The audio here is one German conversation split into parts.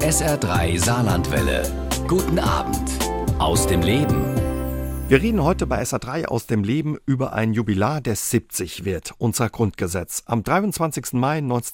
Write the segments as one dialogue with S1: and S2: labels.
S1: SR3 Saarlandwelle. Guten Abend aus dem Leben.
S2: Wir reden heute bei SR3 aus dem Leben über ein Jubilar, das 70 wird, unser Grundgesetz. Am 23. Mai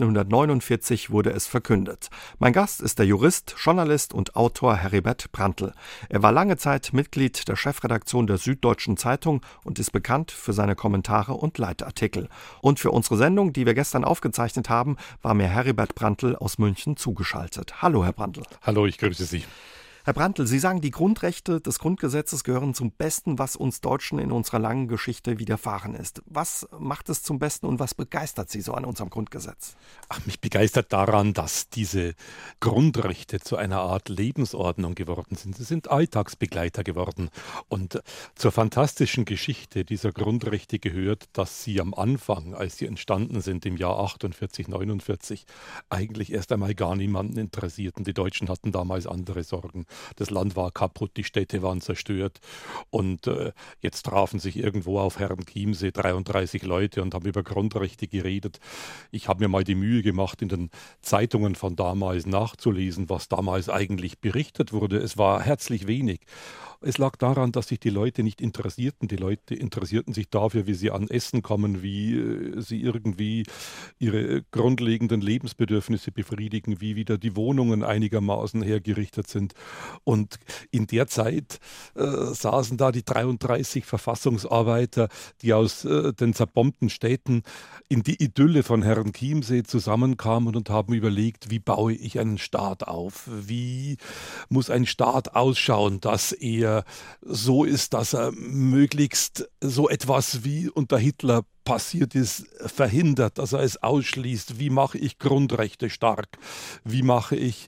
S2: 1949 wurde es verkündet. Mein Gast ist der Jurist, Journalist und Autor Heribert Prantl. Er war lange Zeit Mitglied der Chefredaktion der Süddeutschen Zeitung und ist bekannt für seine Kommentare und Leitartikel. Und für unsere Sendung, die wir gestern aufgezeichnet haben, war mir Heribert Prantl aus München zugeschaltet. Hallo, Herr Prantl.
S3: Hallo, ich grüße Sie.
S2: Herr Prantl, Sie sagen, die Grundrechte des Grundgesetzes gehören zum Besten, was uns Deutschen in unserer langen Geschichte widerfahren ist. Was macht es zum Besten und was begeistert Sie so an unserem Grundgesetz?
S3: Mich begeistert daran, dass diese Grundrechte zu einer Art Lebensordnung geworden sind. Sie sind Alltagsbegleiter geworden. Und zur fantastischen Geschichte dieser Grundrechte gehört, dass sie am Anfang, als sie entstanden sind im Jahr 48, 49, eigentlich erst einmal gar niemanden interessierten. Die Deutschen hatten damals andere Sorgen. Das Land war kaputt, die Städte waren zerstört und jetzt trafen sich irgendwo auf Herrenchiemsee 33 Leute und haben über Grundrechte geredet. Ich habe mir mal die Mühe gemacht, in den Zeitungen von damals nachzulesen, was damals eigentlich berichtet wurde. Es war herzlich wenig. Es lag daran, dass sich die Leute nicht interessierten. Die Leute interessierten sich dafür, wie sie an Essen kommen, wie sie irgendwie ihre grundlegenden Lebensbedürfnisse befriedigen, wie wieder die Wohnungen einigermaßen hergerichtet sind. Und in der Zeit saßen da die 33 Verfassungsarbeiter, die aus den zerbombten Städten in die Idylle von Herrenchiemsee zusammenkamen und haben überlegt, wie baue ich einen Staat auf? Wie muss ein Staat ausschauen, dass er so ist, dass er möglichst so etwas wie unter Hitler passiert ist, verhindert, dass er es ausschließt. Wie mache ich Grundrechte stark? Wie mache ich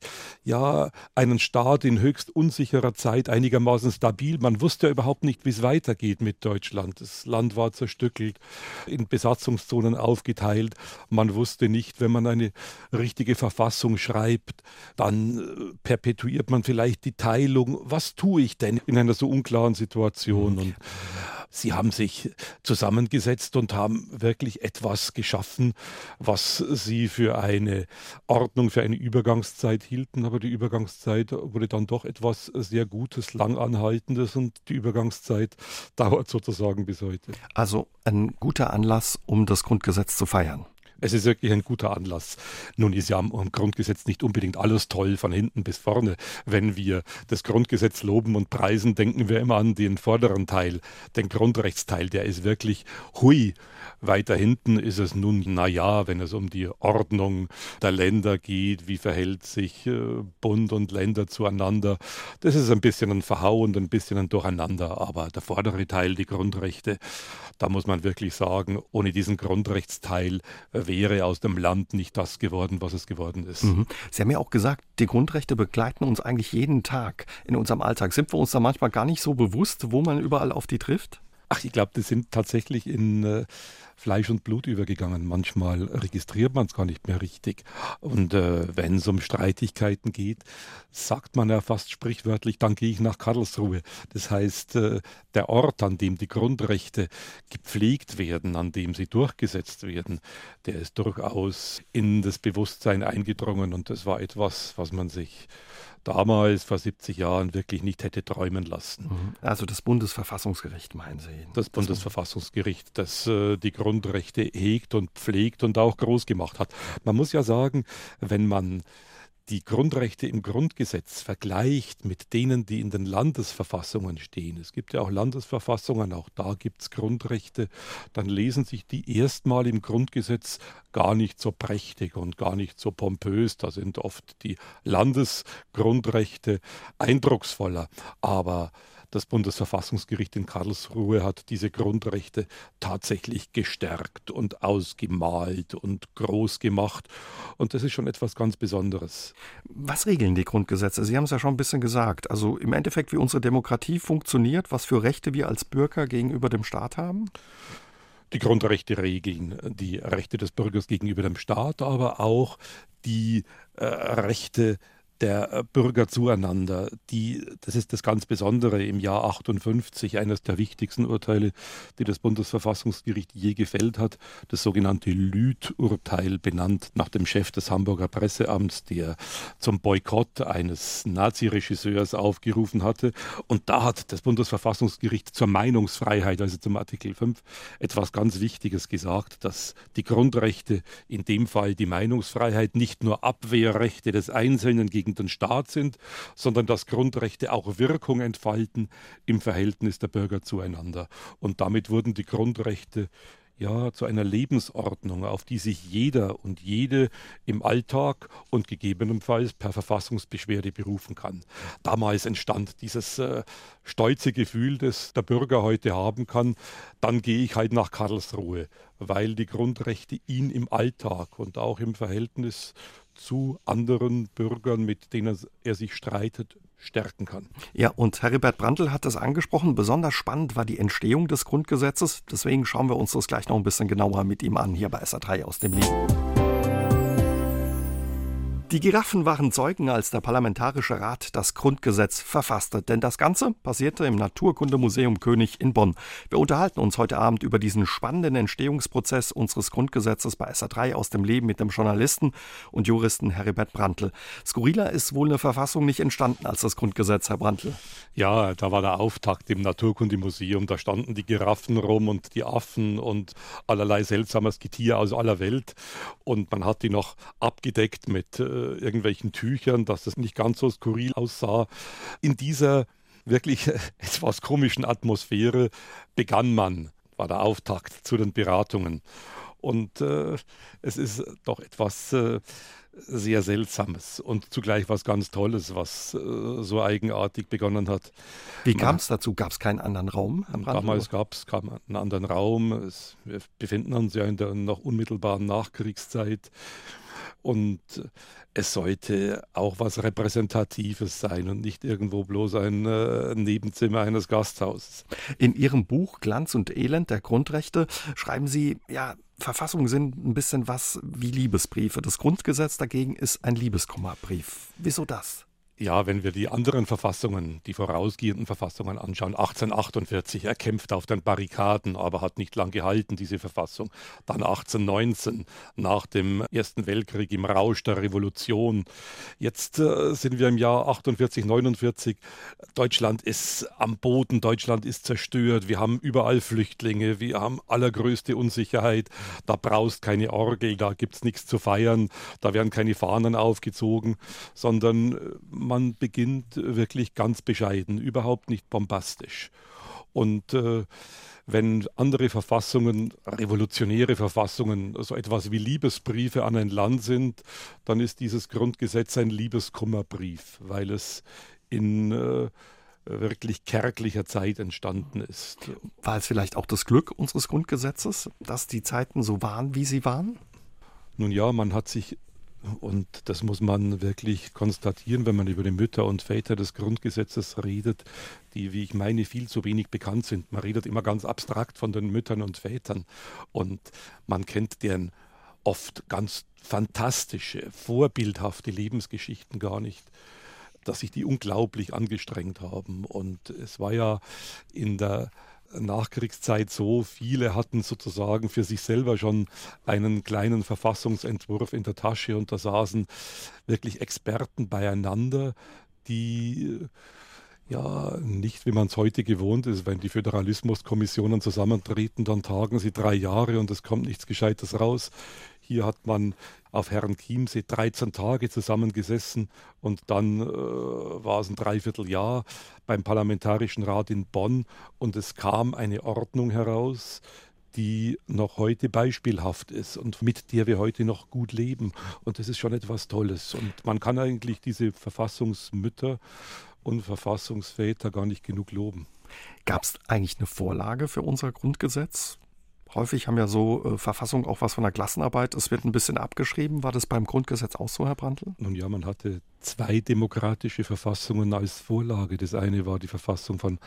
S3: einen Staat in höchst unsicherer Zeit einigermaßen stabil? Man wusste ja überhaupt nicht, wie es weitergeht mit Deutschland. Das Land war zerstückelt, in Besatzungszonen aufgeteilt. Man wusste nicht, wenn man eine richtige Verfassung schreibt, dann perpetuiert man vielleicht die Teilung. Was tue ich denn in einer so unklaren Situation? Und sie haben sich zusammengesetzt und haben wirklich etwas geschaffen, was sie für eine Ordnung, für eine Übergangszeit hielten. Aber die Übergangszeit wurde dann doch etwas sehr Gutes, Langanhaltendes und die Übergangszeit dauert sozusagen bis heute.
S2: Also ein guter Anlass, um das Grundgesetz zu feiern.
S3: Es ist wirklich ein guter Anlass. Nun ist ja am Grundgesetz nicht unbedingt alles toll von hinten bis vorne. Wenn wir das Grundgesetz loben und preisen, denken wir immer an den vorderen Teil, den Grundrechtsteil. Der ist wirklich hui. Weiter hinten ist es nun, wenn es um die Ordnung der Länder geht, wie verhält sich Bund und Länder zueinander. Das ist ein bisschen ein Verhau und ein bisschen ein Durcheinander. Aber der vordere Teil, die Grundrechte, da muss man wirklich sagen, ohne diesen Grundrechtsteil wäre aus dem Land nicht das geworden, was es geworden ist.
S2: Sie haben ja auch gesagt, die Grundrechte begleiten uns eigentlich jeden Tag in unserem Alltag. Sind wir uns da manchmal gar nicht so bewusst, wo man überall auf die trifft?
S3: Ich glaube, die sind tatsächlich in Fleisch und Blut übergegangen. Manchmal registriert man es gar nicht mehr richtig. Und wenn es um Streitigkeiten geht, sagt man ja fast sprichwörtlich, dann gehe ich nach Karlsruhe. Das heißt, der Ort, an dem die Grundrechte gepflegt werden, an dem sie durchgesetzt werden, der ist durchaus in das Bewusstsein eingedrungen. Und das war etwas, was man sich damals vor 70 Jahren wirklich nicht hätte träumen lassen.
S2: Also das Bundesverfassungsgericht, meinen Sie?
S3: Das Bundesverfassungsgericht, das die Grundrechte hegt und pflegt und auch groß gemacht hat. Man muss ja sagen, wenn man die Grundrechte im Grundgesetz vergleicht mit denen, die in den Landesverfassungen stehen. Es gibt ja auch Landesverfassungen, auch da gibt es Grundrechte. Dann lesen sich die erstmal im Grundgesetz gar nicht so prächtig und gar nicht so pompös. Da sind oft die Landesgrundrechte eindrucksvoller. Aber das Bundesverfassungsgericht in Karlsruhe hat diese Grundrechte tatsächlich gestärkt und ausgemalt und groß gemacht. Und das ist schon etwas ganz Besonderes.
S2: Was regeln die Grundgesetze? Sie haben es ja schon ein bisschen gesagt. Also im Endeffekt, wie unsere Demokratie funktioniert, was für Rechte wir als Bürger gegenüber dem Staat haben?
S3: Die Grundrechte regeln die Rechte des Bürgers gegenüber dem Staat, aber auch die Rechte der Bürger zueinander. Das ist das ganz Besondere im Jahr 58, eines der wichtigsten Urteile, die das Bundesverfassungsgericht je gefällt hat, das sogenannte Lüth-Urteil, benannt nach dem Chef des Hamburger Presseamts, der zum Boykott eines Naziregisseurs aufgerufen hatte. Und da hat das Bundesverfassungsgericht zur Meinungsfreiheit, also zum Artikel 5, etwas ganz Wichtiges gesagt, dass die Grundrechte, in dem Fall die Meinungsfreiheit, nicht nur Abwehrrechte des Einzelnen gegen den Staat sind, sondern dass Grundrechte auch Wirkung entfalten im Verhältnis der Bürger zueinander. Und damit wurden die Grundrechte zu einer Lebensordnung, auf die sich jeder und jede im Alltag und gegebenenfalls per Verfassungsbeschwerde berufen kann. Damals entstand dieses stolze Gefühl, das der Bürger heute haben kann, dann gehe ich halt nach Karlsruhe, weil die Grundrechte ihn im Alltag und auch im Verhältnis zu anderen Bürgern, mit denen er sich streitet, stärken kann.
S2: Ja, und Heribert Brandl hat es angesprochen, besonders spannend war die Entstehung des Grundgesetzes. Deswegen schauen wir uns das gleich noch ein bisschen genauer mit ihm an, hier bei SA3 aus dem Leben. Die Giraffen waren Zeugen, als der Parlamentarische Rat das Grundgesetz verfasste. Denn das Ganze passierte im Naturkundemuseum König in Bonn. Wir unterhalten uns heute Abend über diesen spannenden Entstehungsprozess unseres Grundgesetzes bei SA3 aus dem Leben mit dem Journalisten und Juristen Heribert Brandl. Skurriler ist wohl eine Verfassung nicht entstanden als das Grundgesetz, Herr Brandl.
S3: Ja, da war der Auftakt im Naturkundemuseum. Da standen die Giraffen rum und die Affen und allerlei seltsames Getier aus aller Welt. Und man hat die noch abgedeckt mit irgendwelchen Tüchern, dass es nicht ganz so skurril aussah. In dieser wirklich etwas komischen Atmosphäre war der Auftakt zu den Beratungen. Und es ist doch etwas sehr Seltsames und zugleich was ganz Tolles, was so eigenartig begonnen hat.
S2: Wie kam es dazu? Gab es keinen anderen Raum, Herr Brandl?
S3: Damals gab es einen anderen Raum. Wir befinden uns ja in der noch unmittelbaren Nachkriegszeit. Und es sollte auch was Repräsentatives sein und nicht irgendwo bloß ein Nebenzimmer eines Gasthauses.
S2: In Ihrem Buch Glanz und Elend der Grundrechte schreiben Sie, Verfassungen sind ein bisschen was wie Liebesbriefe. Das Grundgesetz dagegen ist ein Liebeskummerbrief. Wieso das?
S3: Ja, wenn wir die anderen Verfassungen, die vorausgehenden Verfassungen anschauen, 1848, er kämpft auf den Barrikaden, aber hat nicht lang gehalten, diese Verfassung. Dann 1819, nach dem Ersten Weltkrieg im Rausch der Revolution. Jetzt sind wir im Jahr 48, 49. Deutschland ist am Boden, Deutschland ist zerstört. Wir haben überall Flüchtlinge, wir haben allergrößte Unsicherheit. Da braust keine Orgel, da gibt's nichts zu feiern, da werden keine Fahnen aufgezogen, sondern man beginnt wirklich ganz bescheiden, überhaupt nicht bombastisch. Und wenn andere Verfassungen, revolutionäre Verfassungen, so etwas wie Liebesbriefe an ein Land sind, dann ist dieses Grundgesetz ein Liebeskummerbrief, weil es in wirklich kärglicher Zeit entstanden ist.
S2: War es vielleicht auch das Glück unseres Grundgesetzes, dass die Zeiten so waren, wie sie waren?
S3: Nun ja, man hat sich, und das muss man wirklich konstatieren, wenn man über die Mütter und Väter des Grundgesetzes redet, die, wie ich meine, viel zu wenig bekannt sind. Man redet immer ganz abstrakt von den Müttern und Vätern und man kennt deren oft ganz fantastische, vorbildhafte Lebensgeschichten gar nicht, dass sich die unglaublich angestrengt haben. Und es war ja in der Nachkriegszeit so, viele hatten sozusagen für sich selber schon einen kleinen Verfassungsentwurf in der Tasche und da saßen wirklich Experten beieinander, die nicht, wie man es heute gewohnt ist, wenn die Föderalismuskommissionen zusammentreten, dann tagen sie 3 Jahre und es kommt nichts Gescheites raus. Hier hat man auf Herrenchiemsee 13 Tage zusammengesessen und dann war es ein Dreivierteljahr beim Parlamentarischen Rat in Bonn und es kam eine Ordnung heraus, die noch heute beispielhaft ist und mit der wir heute noch gut leben. Und das ist schon etwas Tolles. Und man kann eigentlich diese Verfassungsmütter und Verfassungsväter gar nicht genug loben.
S2: Gab es eigentlich eine Vorlage für unser Grundgesetz? Häufig haben ja so Verfassungen auch was von der Klassenarbeit. Es wird ein bisschen abgeschrieben. War das beim Grundgesetz auch so, Herr Brandl?
S3: Nun ja, man hatte 2 demokratische Verfassungen als Vorlage. Das eine war die Verfassung von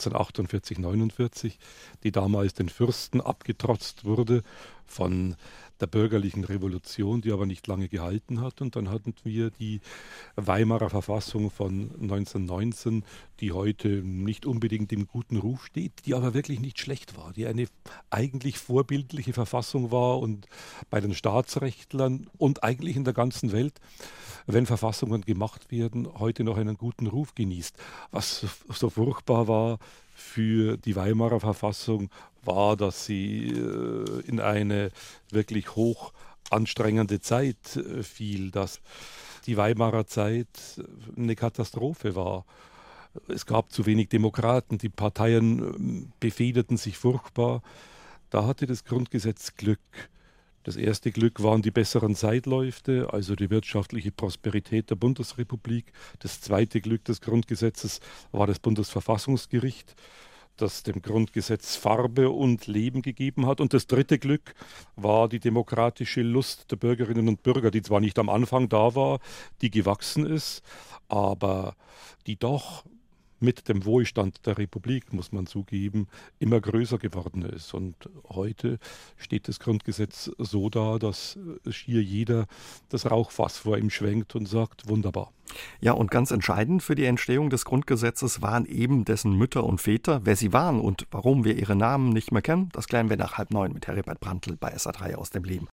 S3: 1848, 49, die damals den Fürsten abgetrotzt wurde von der bürgerlichen Revolution, die aber nicht lange gehalten hat. Und dann hatten wir die Weimarer Verfassung von 1919, die heute nicht unbedingt im guten Ruf steht, die aber wirklich nicht schlecht war, die eine eigentlich vorbildliche Verfassung war und bei den Staatsrechtlern und eigentlich in der ganzen Welt, wenn Verfassungen gemacht werden, heute noch einen guten Ruf genießt. Was so furchtbar war für die Weimarer Verfassung, war, dass sie in eine wirklich hoch anstrengende Zeit fiel, dass die Weimarer Zeit eine Katastrophe war. Es gab zu wenig Demokraten, die Parteien befehdeten sich furchtbar. Da hatte das Grundgesetz Glück. Das erste Glück waren die besseren Zeitläufte, also die wirtschaftliche Prosperität der Bundesrepublik. Das zweite Glück des Grundgesetzes war das Bundesverfassungsgericht, das dem Grundgesetz Farbe und Leben gegeben hat. Und das dritte Glück war die demokratische Lust der Bürgerinnen und Bürger, die zwar nicht am Anfang da war, die gewachsen ist, aber die doch mit dem Wohlstand der Republik, muss man zugeben, immer größer geworden ist. Und heute steht das Grundgesetz so da, dass schier jeder das Rauchfass vor ihm schwenkt und sagt, wunderbar.
S2: Ja, und ganz entscheidend für die Entstehung des Grundgesetzes waren eben dessen Mütter und Väter. Wer sie waren und warum wir ihre Namen nicht mehr kennen, das klären wir nach 8:30 mit Heribert Prantl bei SA3 aus dem Leben.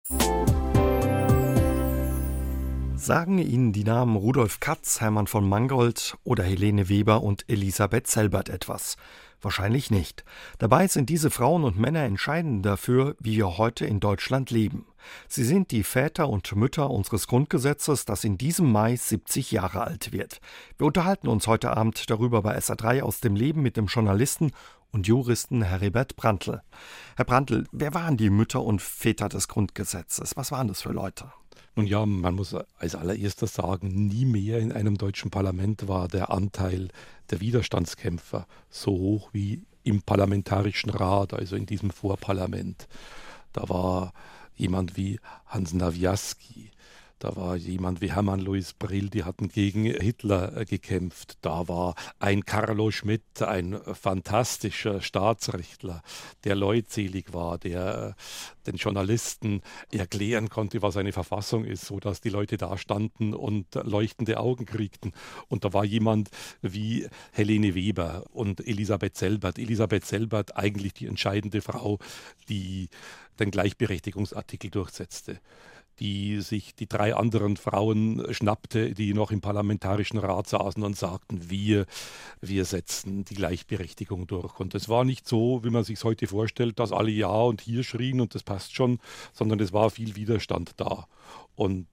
S2: Sagen Ihnen die Namen Rudolf Katz, Hermann von Mangold oder Helene Weber und Elisabeth Zelbert etwas? Wahrscheinlich nicht. Dabei sind diese Frauen und Männer entscheidend dafür, wie wir heute in Deutschland leben. Sie sind die Väter und Mütter unseres Grundgesetzes, das in diesem Mai 70 Jahre alt wird. Wir unterhalten uns heute Abend darüber bei SA3 aus dem Leben mit dem Journalisten und Juristen Heribert Prantl. Herr Prantl, wer waren die Mütter und Väter des Grundgesetzes? Was waren das für Leute?
S3: Nun ja, man muss als allererstes sagen, nie mehr in einem deutschen Parlament war der Anteil der Widerstandskämpfer so hoch wie im Parlamentarischen Rat, also in diesem Vorparlament. Da war jemand wie Hans Nawiaski, da war jemand wie Hermann Louis Brill, die hatten gegen Hitler gekämpft. Da war ein Carlo Schmitt, ein fantastischer Staatsrechtler, der leutselig war, der den Journalisten erklären konnte, was eine Verfassung ist, sodass die Leute da standen und leuchtende Augen kriegten. Und da war jemand wie Helene Weber und Elisabeth Zelbert. Elisabeth Zelbert, eigentlich die entscheidende Frau, die den Gleichberechtigungsartikel durchsetzte, die sich die 3 anderen Frauen schnappte, die noch im Parlamentarischen Rat saßen und sagten, wir setzen die Gleichberechtigung durch. Und es war nicht so, wie man sich heute vorstellt, dass alle ja und hier schrien und das passt schon, sondern es war viel Widerstand da. Und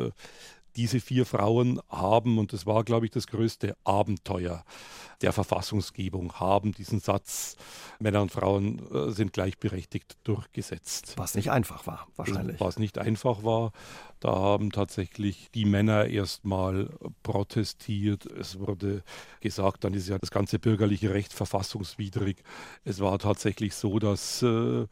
S3: diese 4 Frauen haben, und das war, glaube ich, das größte Abenteuer der Verfassungsgebung, haben diesen Satz, Männer und Frauen sind gleichberechtigt, durchgesetzt.
S2: Was nicht einfach war, wahrscheinlich.
S3: Was nicht einfach war, da haben tatsächlich die Männer erstmal protestiert. Es wurde gesagt, dann ist ja das ganze bürgerliche Recht verfassungswidrig. Es war tatsächlich so, dass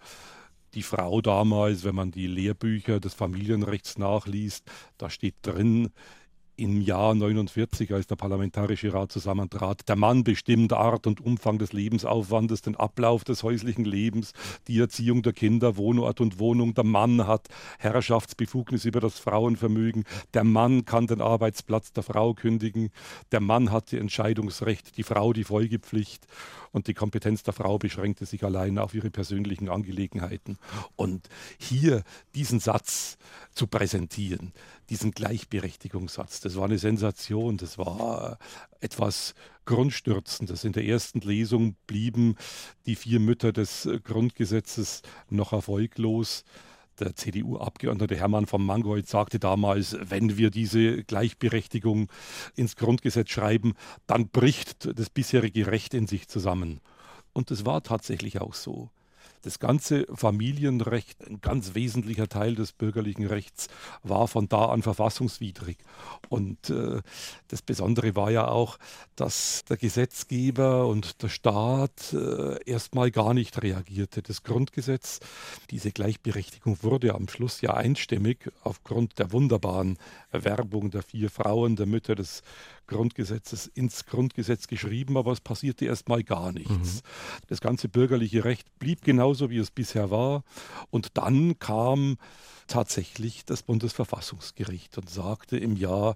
S3: die Frau damals, wenn man die Lehrbücher des Familienrechts nachliest, da steht drin, im Jahr 49, als der Parlamentarische Rat zusammentrat, der Mann bestimmt Art und Umfang des Lebensaufwandes, den Ablauf des häuslichen Lebens, die Erziehung der Kinder, Wohnort und Wohnung. Der Mann hat Herrschaftsbefugnis über das Frauenvermögen. Der Mann kann den Arbeitsplatz der Frau kündigen. Der Mann hat die Entscheidungsrecht, die Frau die Folgepflicht. Und die Kompetenz der Frau beschränkte sich allein auf ihre persönlichen Angelegenheiten. Und hier diesen Satz zu präsentieren, diesen Gleichberechtigungssatz, das war eine Sensation, das war etwas Grundstürzendes. In der ersten Lesung blieben die 4 Mütter des Grundgesetzes noch erfolglos. Der CDU-Abgeordnete Hermann von Mangold sagte damals, wenn wir diese Gleichberechtigung ins Grundgesetz schreiben, dann bricht das bisherige Recht in sich zusammen. Und das war tatsächlich auch so. Das ganze Familienrecht, ein ganz wesentlicher Teil des bürgerlichen Rechts, war von da an verfassungswidrig. Und das Besondere war ja auch, dass der Gesetzgeber und der Staat erstmal gar nicht reagierte. Das Grundgesetz, diese Gleichberechtigung wurde am Schluss ja einstimmig aufgrund der wunderbaren Werbung der 4 Frauen, der Mütter des Grundgesetzes ins Grundgesetz geschrieben, aber es passierte erstmal gar nichts. Das ganze bürgerliche Recht blieb genau genauso wie es bisher war. Und dann kam tatsächlich das Bundesverfassungsgericht und sagte im Jahr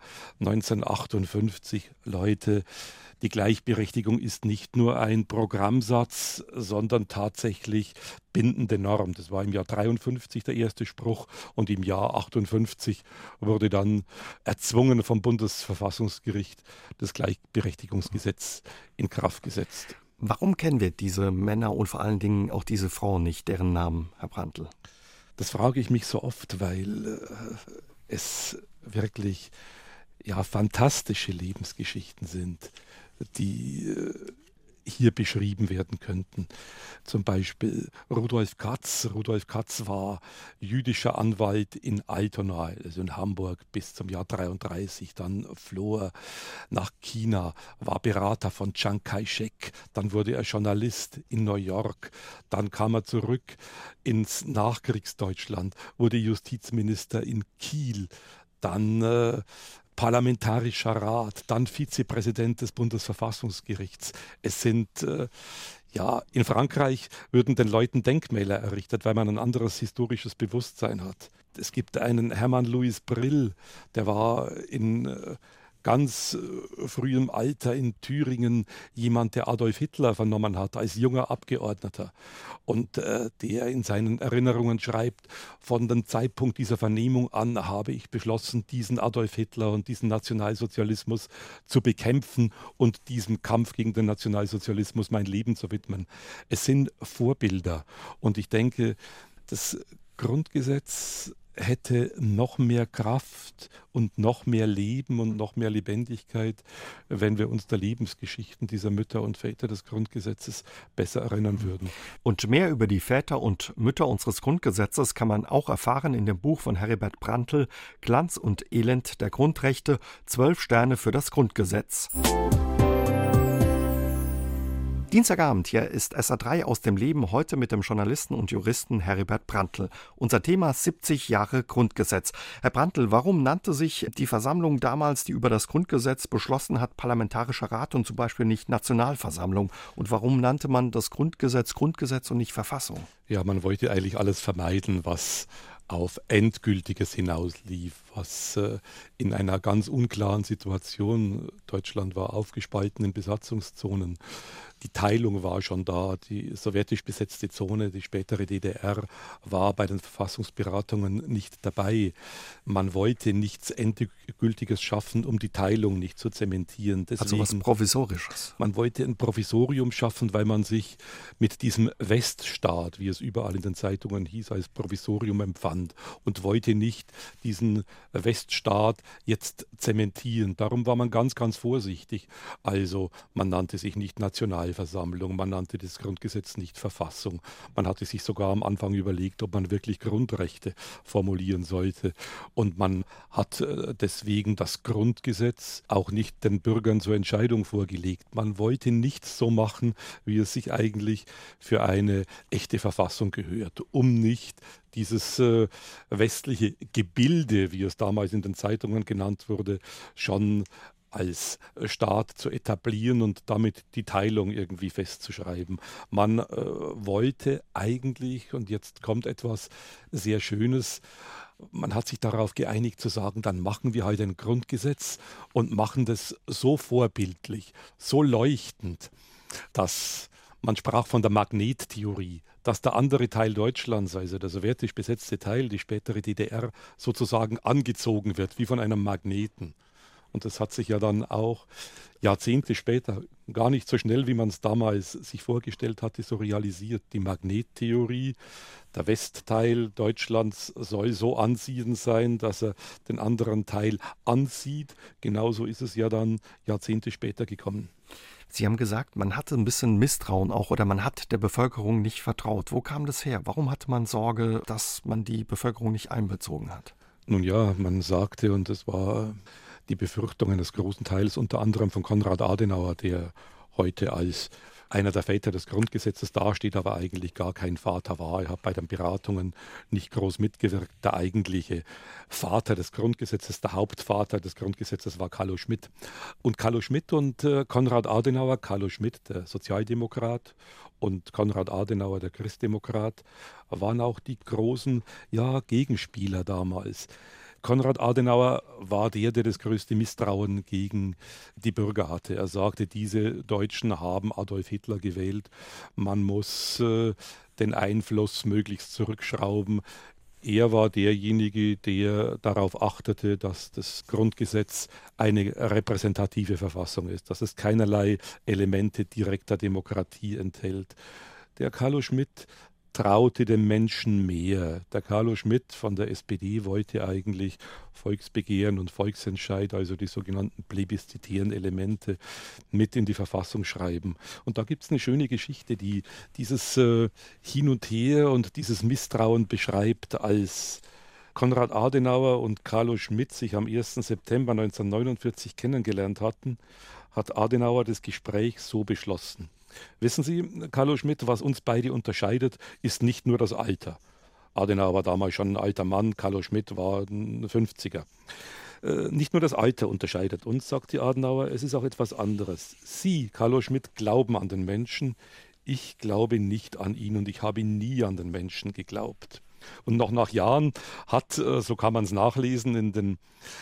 S3: 1958, Leute, die Gleichberechtigung ist nicht nur ein Programmsatz, sondern tatsächlich bindende Norm. Das war im Jahr 53 der erste Spruch und im Jahr 58 wurde dann erzwungen vom Bundesverfassungsgericht das Gleichberechtigungsgesetz in Kraft gesetzt.
S2: Warum kennen wir diese Männer und vor allen Dingen auch diese Frauen nicht, deren Namen, Herr Brandtl?
S3: Das frage ich mich so oft, weil es wirklich fantastische Lebensgeschichten sind, die hier beschrieben werden könnten. Zum Beispiel Rudolf Katz. Rudolf Katz war jüdischer Anwalt in Altona, also in Hamburg, bis zum Jahr 33. Dann floh er nach China, war Berater von Chiang Kai-shek. Dann wurde er Journalist in New York. Dann kam er zurück ins Nachkriegsdeutschland, wurde Justizminister in Kiel. Dann Parlamentarischer Rat, dann Vizepräsident des Bundesverfassungsgerichts. Es sind, in Frankreich würden den Leuten Denkmäler errichtet, weil man ein anderes historisches Bewusstsein hat. Es gibt einen Hermann Louis Brill, der war in ganz frühem Alter in Thüringen jemand, der Adolf Hitler vernommen hat als junger Abgeordneter. Und der in seinen Erinnerungen schreibt, von dem Zeitpunkt dieser Vernehmung an habe ich beschlossen, diesen Adolf Hitler und diesen Nationalsozialismus zu bekämpfen und diesem Kampf gegen den Nationalsozialismus mein Leben zu widmen. Es sind Vorbilder. Und ich denke, das Grundgesetz hätte noch mehr Kraft und noch mehr Leben und noch mehr Lebendigkeit, wenn wir uns der Lebensgeschichten dieser Mütter und Väter des Grundgesetzes besser erinnern würden.
S2: Und mehr über die Väter und Mütter unseres Grundgesetzes kann man auch erfahren in dem Buch von Heribert Brandtl, Glanz und Elend der Grundrechte, 12 Sterne für das Grundgesetz. Dienstagabend, hier ist SA3 aus dem Leben, heute mit dem Journalisten und Juristen Heribert Brandtl. Unser Thema 70 Jahre Grundgesetz. Herr Brandtl, warum nannte sich die Versammlung damals, die über das Grundgesetz beschlossen hat, Parlamentarischer Rat und zum Beispiel nicht Nationalversammlung? Und warum nannte man das Grundgesetz Grundgesetz und nicht Verfassung?
S3: Ja, man wollte eigentlich alles vermeiden, was auf Endgültiges hinauslief, was in einer ganz unklaren Situation, Deutschland war aufgespalten in Besatzungszonen, die Teilung war schon da, die sowjetisch besetzte Zone, die spätere DDR, war bei den Verfassungsberatungen nicht dabei. Man wollte nichts Endgültiges schaffen, um die Teilung nicht zu zementieren.
S2: Deswegen, also was Provisorisches.
S3: Man wollte ein Provisorium schaffen, weil man sich mit diesem Weststaat, wie es überall in den Zeitungen hieß, als Provisorium empfand und wollte nicht diesen Weststaat jetzt zementieren. Darum war man ganz, ganz vorsichtig. Also man nannte sich nicht Nationalversammlung, man nannte das Grundgesetz nicht Verfassung. Man hatte sich sogar am Anfang überlegt, ob man wirklich Grundrechte formulieren sollte. Und man hat deswegen das Grundgesetz auch nicht den Bürgern zur Entscheidung vorgelegt. Man wollte nichts so machen, wie es sich eigentlich für eine echte Verfassung gehört, um nicht dieses westliche Gebilde, wie es damals in den Zeitungen genannt wurde, schon als Staat zu etablieren und damit die Teilung irgendwie festzuschreiben. Man wollte eigentlich, und jetzt kommt etwas sehr Schönes, man hat sich darauf geeinigt zu sagen, dann machen wir halt ein Grundgesetz und machen das so vorbildlich, so leuchtend, dass man sprach von der Magnettheorie, dass der andere Teil Deutschlands, also der sowjetisch besetzte Teil, die spätere DDR, sozusagen angezogen wird, wie von einem Magneten. Und das hat sich ja dann auch Jahrzehnte später, gar nicht so schnell, wie man es damals sich vorgestellt hatte, so realisiert. Die Magnettheorie, der Westteil Deutschlands soll so anziehend sein, dass er den anderen Teil anzieht. Genauso ist es ja dann Jahrzehnte später gekommen.
S2: Sie haben gesagt, man hatte ein bisschen Misstrauen auch oder man hat der Bevölkerung nicht vertraut. Wo kam das her? Warum hatte man Sorge, dass man die Bevölkerung nicht einbezogen hat?
S3: Nun ja, man sagte, und es war die Befürchtung eines großen Teils, unter anderem von Konrad Adenauer, der heute als einer der Väter des Grundgesetzes dasteht, aber eigentlich gar kein Vater war. Er hat bei den Beratungen nicht groß mitgewirkt. Der eigentliche Vater des Grundgesetzes, der Hauptvater des Grundgesetzes war Carlo Schmitt. Und Carlo Schmitt und Konrad Adenauer, Carlo Schmitt, der Sozialdemokrat, und Konrad Adenauer, der Christdemokrat, waren auch die großen Gegenspieler damals. Konrad Adenauer war der das größte Misstrauen gegen die Bürger hatte. Er sagte, diese Deutschen haben Adolf Hitler gewählt. Man muss den Einfluss möglichst zurückschrauben. Er war derjenige, der darauf achtete, dass das Grundgesetz eine repräsentative Verfassung ist, dass es keinerlei Elemente direkter Demokratie enthält. Der Carlo Schmitt traute dem Menschen mehr. Der Carlo Schmitt von der SPD wollte eigentlich Volksbegehren und Volksentscheid, also die sogenannten plebiszitären Elemente, mit in die Verfassung schreiben. Und da gibt es eine schöne Geschichte, die dieses Hin und Her und dieses Misstrauen beschreibt, als Konrad Adenauer und Carlo Schmitt sich am 1. September 1949 kennengelernt hatten, hat Adenauer das Gespräch so beschlossen. Wissen Sie, Carlo Schmitt, was uns beide unterscheidet, ist nicht nur das Alter. Adenauer war damals schon ein alter Mann, Carlo Schmitt war ein 50er. Nicht nur das Alter unterscheidet uns, sagt die Adenauer, es ist auch etwas anderes. Sie, Carlo Schmitt, glauben an den Menschen, ich glaube nicht an ihn und ich habe nie an den Menschen geglaubt. Und noch nach Jahren hat, so kann man es nachlesen in den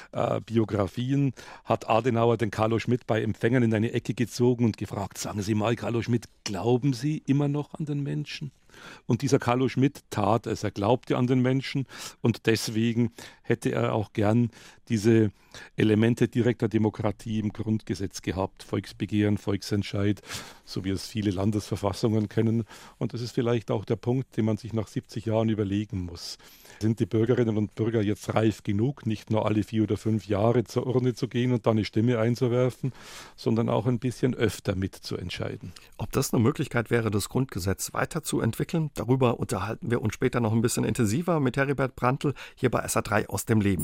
S3: Biografien, hat Adenauer den Carlo Schmitt bei Empfängern in eine Ecke gezogen und gefragt, sagen Sie mal, Carlo Schmitt, glauben Sie immer noch an den Menschen? Und dieser Carlo Schmitt tat es, er glaubte an den Menschen und deswegen hätte er auch gern diese Elemente direkter Demokratie im Grundgesetz gehabt, Volksbegehren, Volksentscheid, so wie es viele Landesverfassungen kennen. Und das ist vielleicht auch der Punkt, den man sich nach 70 Jahren überlegen muss. Sind die Bürgerinnen und Bürger jetzt reif genug, nicht nur alle 4 oder 5 Jahre zur Urne zu gehen und dann eine Stimme einzuwerfen, sondern auch ein bisschen öfter mitzuentscheiden?
S2: Ob das eine Möglichkeit wäre, das Grundgesetz weiterzuentwickeln, darüber unterhalten wir uns später noch ein bisschen intensiver mit Heribert Brandl hier bei SA3 aus dem Leben.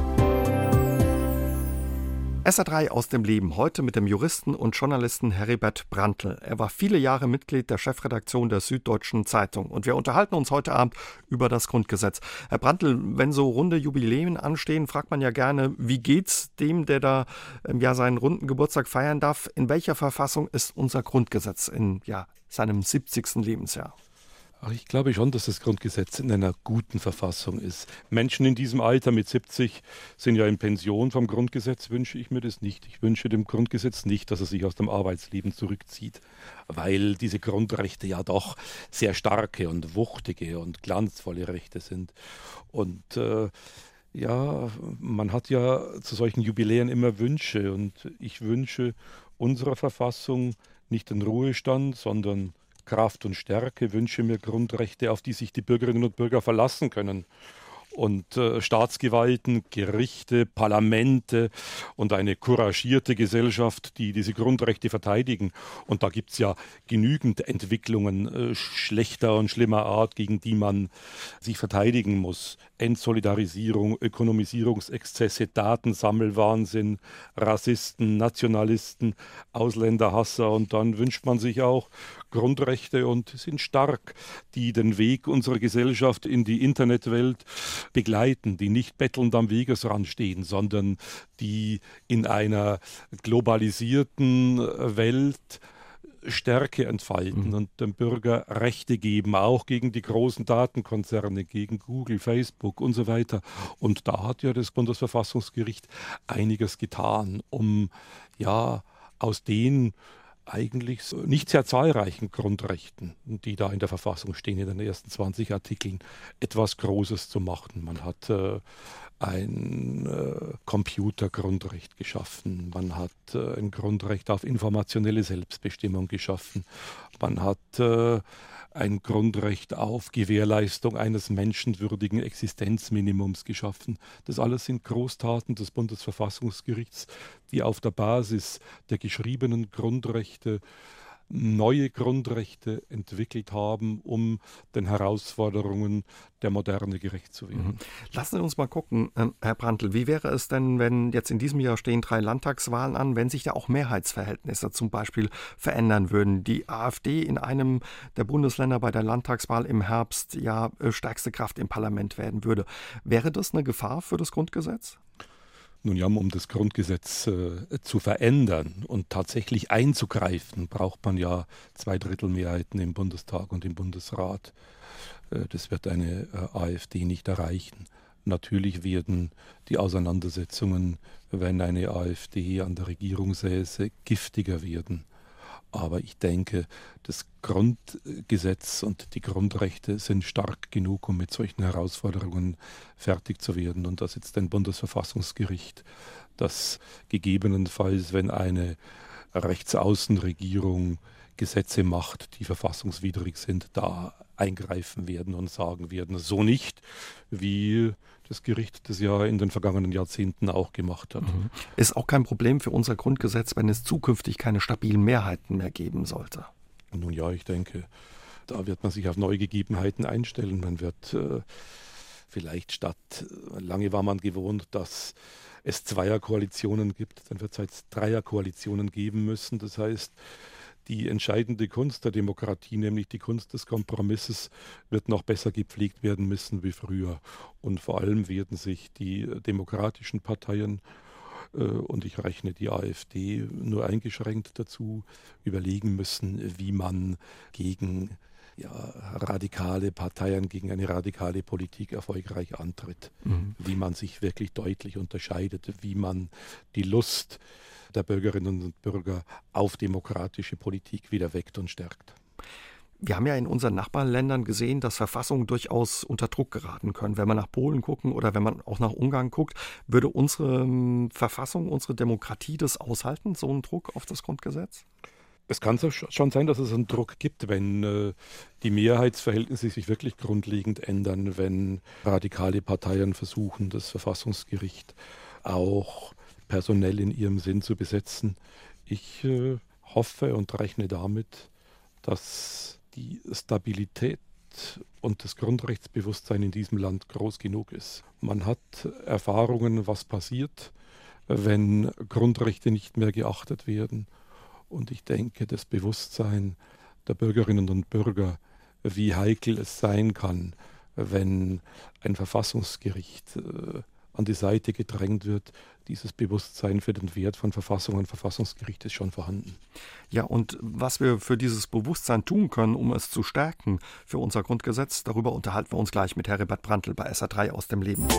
S2: SA3 aus dem Leben, heute mit dem Juristen und Journalisten Heribert Brandl. Er war viele Jahre Mitglied der Chefredaktion der Süddeutschen Zeitung und wir unterhalten uns heute Abend über das Grundgesetz. Herr Brandl, wenn so runde Jubiläen anstehen, fragt man ja gerne, wie geht's dem, der da seinen runden Geburtstag feiern darf? In welcher Verfassung ist unser Grundgesetz in seinem 70. Lebensjahr?
S3: Ich glaube schon, dass das Grundgesetz in einer guten Verfassung ist. Menschen in diesem Alter mit 70 sind ja in Pension. Vom Grundgesetz wünsche ich mir das nicht. Ich wünsche dem Grundgesetz nicht, dass er sich aus dem Arbeitsleben zurückzieht, weil diese Grundrechte ja doch sehr starke und wuchtige und glanzvolle Rechte sind. Und man hat ja zu solchen Jubiläen immer Wünsche und ich wünsche unserer Verfassung nicht den Ruhestand, sondern Kraft und Stärke, wünsche mir Grundrechte, auf die sich die Bürgerinnen und Bürger verlassen können. Und Staatsgewalten, Gerichte, Parlamente und eine couragierte Gesellschaft, die diese Grundrechte verteidigen. Und da gibt es ja genügend Entwicklungen schlechter und schlimmer Art, gegen die man sich verteidigen muss. Entsolidarisierung, Ökonomisierungsexzesse, Datensammelwahnsinn, Rassisten, Nationalisten, Ausländerhasser. Und dann wünscht man sich auch Grundrechte und sind stark, die den Weg unserer Gesellschaft in die Internetwelt begleiten, die nicht bettelnd am Wegesrand stehen, sondern die in einer globalisierten Welt Stärke entfalten und dem Bürger Rechte geben, auch gegen die großen Datenkonzerne, gegen Google, Facebook und so weiter. Und da hat ja das Bundesverfassungsgericht einiges getan, um aus den eigentlich nicht sehr zahlreichen Grundrechten, die da in der Verfassung stehen, in den ersten 20 Artikeln, etwas Großes zu machen. Man hat ein Computergrundrecht geschaffen, man hat ein Grundrecht auf informationelle Selbstbestimmung geschaffen, man hat ein Grundrecht auf Gewährleistung eines menschenwürdigen Existenzminimums geschaffen. Das alles sind Großtaten des Bundesverfassungsgerichts, die auf der Basis der geschriebenen Grundrechte neue Grundrechte entwickelt haben, um den Herausforderungen der Moderne gerecht zu werden.
S2: Lassen Sie uns mal gucken, Herr Prantl, wie wäre es denn, wenn jetzt in diesem Jahr stehen 3 Landtagswahlen an, wenn sich da auch Mehrheitsverhältnisse zum Beispiel verändern würden? Die AfD in einem der Bundesländer bei der Landtagswahl im Herbst stärkste Kraft im Parlament werden würde. Wäre das eine Gefahr für das Grundgesetz?
S3: Nun ja, um das Grundgesetz zu verändern und tatsächlich einzugreifen, braucht man ja 2/3 Mehrheiten im Bundestag und im Bundesrat. Das wird eine AfD nicht erreichen. Natürlich werden die Auseinandersetzungen, wenn eine AfD an der Regierung säße, giftiger werden. Aber ich denke, das Grundgesetz und die Grundrechte sind stark genug, um mit solchen Herausforderungen fertig zu werden. Und dass jetzt ein Bundesverfassungsgericht, das gegebenenfalls, wenn eine Rechtsaußenregierung Gesetze macht, die verfassungswidrig sind, da eingreifen werden und sagen werden, so nicht, wie das Gericht das ja in den vergangenen Jahrzehnten auch gemacht hat.
S2: Ist auch kein Problem für unser Grundgesetz, wenn es zukünftig keine stabilen Mehrheiten mehr geben sollte.
S3: Nun ja, ich denke, da wird man sich auf neue Gegebenheiten einstellen. Man wird vielleicht lange war man gewohnt, dass es Zweierkoalitionen gibt, dann wird es halt Dreierkoalitionen geben müssen. Das heißt, die entscheidende Kunst der Demokratie, nämlich die Kunst des Kompromisses, wird noch besser gepflegt werden müssen wie früher. Und vor allem werden sich die demokratischen Parteien, und ich rechne die AfD nur eingeschränkt dazu, überlegen müssen, wie man gegen radikale Parteien, gegen eine radikale Politik erfolgreich antritt. Wie man sich wirklich deutlich unterscheidet, wie man die Lust der Bürgerinnen und Bürger auf demokratische Politik wieder weckt und stärkt.
S2: Wir haben ja in unseren Nachbarländern gesehen, dass Verfassungen durchaus unter Druck geraten können. Wenn wir nach Polen gucken oder wenn man auch nach Ungarn guckt, würde unsere Verfassung, unsere Demokratie das aushalten, so einen Druck auf das Grundgesetz?
S3: Es kann schon sein, dass es einen Druck gibt, wenn die Mehrheitsverhältnisse sich wirklich grundlegend ändern, wenn radikale Parteien versuchen, das Verfassungsgericht auch personell in ihrem Sinn zu besetzen. Ich hoffe und rechne damit, dass die Stabilität und das Grundrechtsbewusstsein in diesem Land groß genug ist. Man hat Erfahrungen, was passiert, wenn Grundrechte nicht mehr geachtet werden. Und ich denke, das Bewusstsein der Bürgerinnen und Bürger, wie heikel es sein kann, wenn ein Verfassungsgericht an die Seite gedrängt wird, dieses Bewusstsein für den Wert von Verfassung und Verfassungsgericht ist schon vorhanden.
S2: Ja, und was wir für dieses Bewusstsein tun können, um es zu stärken für unser Grundgesetz, darüber unterhalten wir uns gleich mit Heribert Prantl bei SA3 aus dem Leben.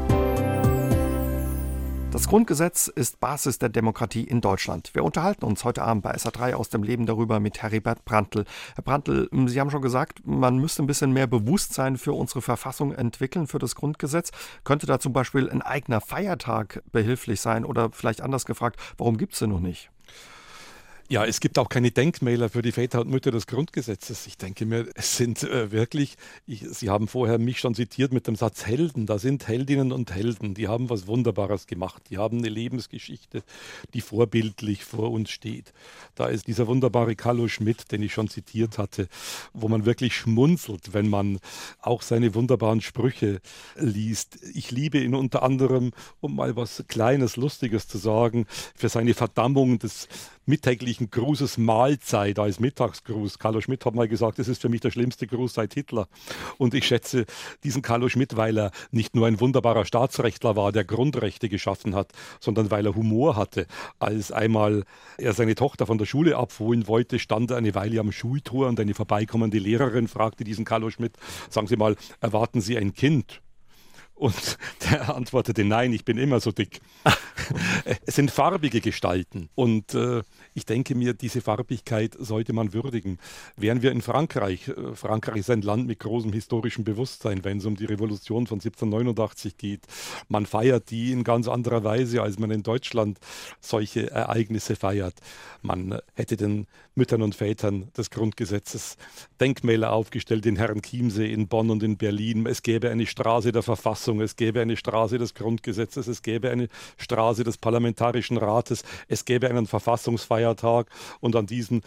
S2: Das Grundgesetz ist Basis der Demokratie in Deutschland. Wir unterhalten uns heute Abend bei SA3 aus dem Leben darüber mit Heribert Prantl. Herr Prantl, Sie haben schon gesagt, man müsste ein bisschen mehr Bewusstsein für unsere Verfassung entwickeln, für das Grundgesetz. Könnte da zum Beispiel ein eigener Feiertag behilflich sein oder vielleicht anders gefragt, warum gibt es den noch nicht?
S3: Ja, es gibt auch keine Denkmäler für die Väter und Mütter des Grundgesetzes. Ich denke mir, es sind wirklich, Sie haben vorher mich schon zitiert mit dem Satz Helden. Da sind Heldinnen und Helden, die haben was Wunderbares gemacht. Die haben eine Lebensgeschichte, die vorbildlich vor uns steht. Da ist dieser wunderbare Carlo Schmitt, den ich schon zitiert hatte, wo man wirklich schmunzelt, wenn man auch seine wunderbaren Sprüche liest. Ich liebe ihn unter anderem, um mal was Kleines, Lustiges zu sagen, für seine Verdammung des mittäglichen Grußes Mahlzeit als Mittagsgruß. Carlo Schmitt hat mal gesagt, das ist für mich der schlimmste Gruß seit Hitler. Und ich schätze diesen Carlo Schmitt, weil er nicht nur ein wunderbarer Staatsrechtler war, der Grundrechte geschaffen hat, sondern weil er Humor hatte. Als einmal er seine Tochter von der Schule abholen wollte, stand er eine Weile am Schultor und eine vorbeikommende Lehrerin fragte diesen Carlo Schmitt, sagen Sie mal, erwarten Sie ein Kind? Und der antwortete, nein, ich bin immer so dick. Es sind farbige Gestalten und ich denke mir, diese Farbigkeit sollte man würdigen. Wären wir in Frankreich, Frankreich ist ein Land mit großem historischem Bewusstsein, wenn es um die Revolution von 1789 geht. Man feiert die in ganz anderer Weise, als man in Deutschland solche Ereignisse feiert. Man hätte den Müttern und Vätern des Grundgesetzes Denkmäler aufgestellt in Herrenchiemsee, in Bonn und in Berlin. Es gäbe eine Straße der Verfassung Verfassung, es gäbe eine Straße des Grundgesetzes, es gäbe eine Straße des Parlamentarischen Rates, es gäbe einen Verfassungsfeiertag und an diesen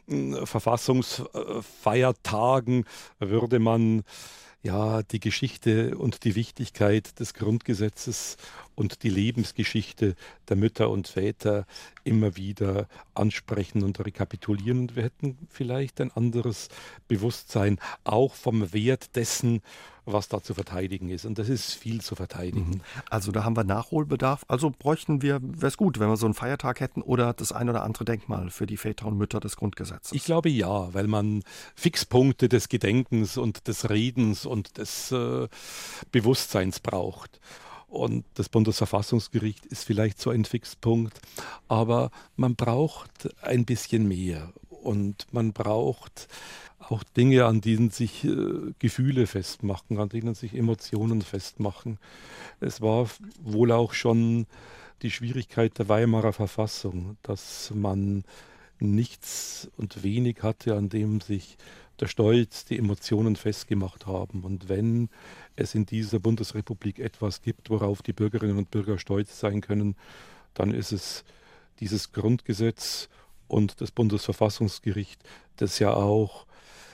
S3: Verfassungsfeiertagen würde man die Geschichte und die Wichtigkeit des Grundgesetzes und die Lebensgeschichte der Mütter und Väter immer wieder ansprechen und rekapitulieren. Und wir hätten vielleicht ein anderes Bewusstsein, auch vom Wert dessen, was da zu verteidigen ist. Und das ist viel zu verteidigen.
S2: Also da haben wir Nachholbedarf. Also wäre es gut, wenn wir so einen Feiertag hätten oder das ein oder andere Denkmal für die Väter und Mütter des Grundgesetzes.
S3: Ich glaube ja, weil man Fixpunkte des Gedenkens und des Redens und des Bewusstseins braucht. Und das Bundesverfassungsgericht ist vielleicht so ein Fixpunkt, aber man braucht ein bisschen mehr. Und man braucht auch Dinge, an denen sich Gefühle festmachen, an denen sich Emotionen festmachen. Es war wohl auch schon die Schwierigkeit der Weimarer Verfassung, dass man nichts und wenig hatte, an dem sich der Stolz, die Emotionen festgemacht haben. Und wenn es in dieser Bundesrepublik etwas gibt, worauf die Bürgerinnen und Bürger stolz sein können, dann ist es dieses Grundgesetz und das Bundesverfassungsgericht, das ja auch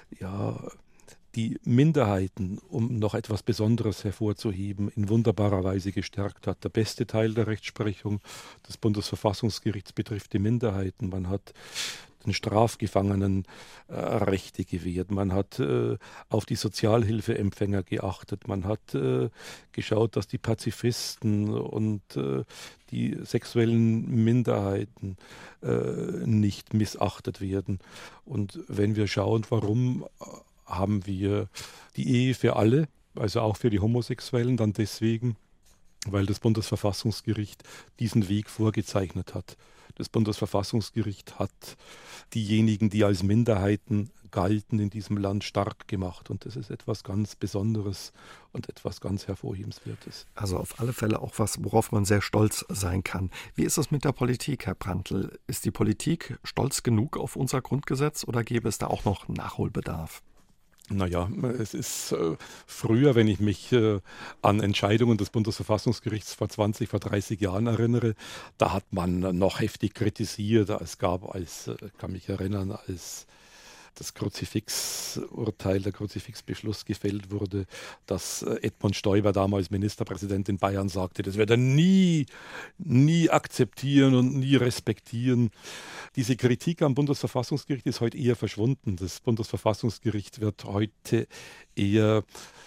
S3: die Minderheiten, um noch etwas Besonderes hervorzuheben, in wunderbarer Weise gestärkt hat. Der beste Teil der Rechtsprechung des Bundesverfassungsgerichts betrifft die Minderheiten. Man hat den Strafgefangenen Rechte gewährt. Man hat auf die Sozialhilfeempfänger geachtet. Man hat geschaut, dass die Pazifisten und die sexuellen Minderheiten nicht missachtet werden. Und wenn wir schauen, warum haben wir die Ehe für alle, also auch für die Homosexuellen, dann deswegen, weil das Bundesverfassungsgericht diesen Weg vorgezeichnet hat. Das Bundesverfassungsgericht hat diejenigen, die als Minderheiten galten, in diesem Land stark gemacht. Und das ist etwas ganz Besonderes und etwas ganz Hervorhebenswertes.
S2: Also auf alle Fälle auch was, worauf man sehr stolz sein kann. Wie ist es mit der Politik, Herr Prantl? Ist die Politik stolz genug auf unser Grundgesetz oder gäbe es da auch noch Nachholbedarf?
S3: Naja, es ist früher, wenn ich mich an Entscheidungen des Bundesverfassungsgerichts vor 20, vor 30 Jahren erinnere, da hat man noch heftig kritisiert. Es gab, kann mich erinnern, als das Kruzifixurteil, der Kruzifixbeschluss gefällt wurde, dass Edmund Stoiber, damals Ministerpräsident in Bayern, sagte, das wird er nie akzeptieren und nie respektieren. Diese Kritik am Bundesverfassungsgericht ist heute eher verschwunden. Das Bundesverfassungsgericht wird heute eher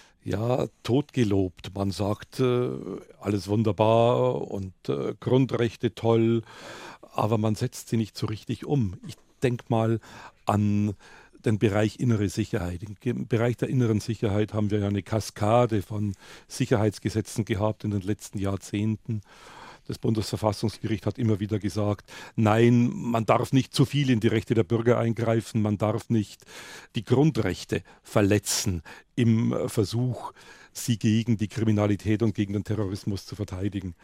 S3: totgelobt. Man sagt, alles wunderbar und Grundrechte toll, aber man setzt sie nicht so richtig um. Ich denke mal an den Bereich innere Sicherheit. Im Bereich der inneren Sicherheit haben wir ja eine Kaskade von Sicherheitsgesetzen gehabt in den letzten Jahrzehnten. Das Bundesverfassungsgericht hat immer wieder gesagt, nein, man darf nicht zu viel in die Rechte der Bürger eingreifen, man darf nicht die Grundrechte verletzen im Versuch, sie gegen die Kriminalität und gegen den Terrorismus zu verteidigen.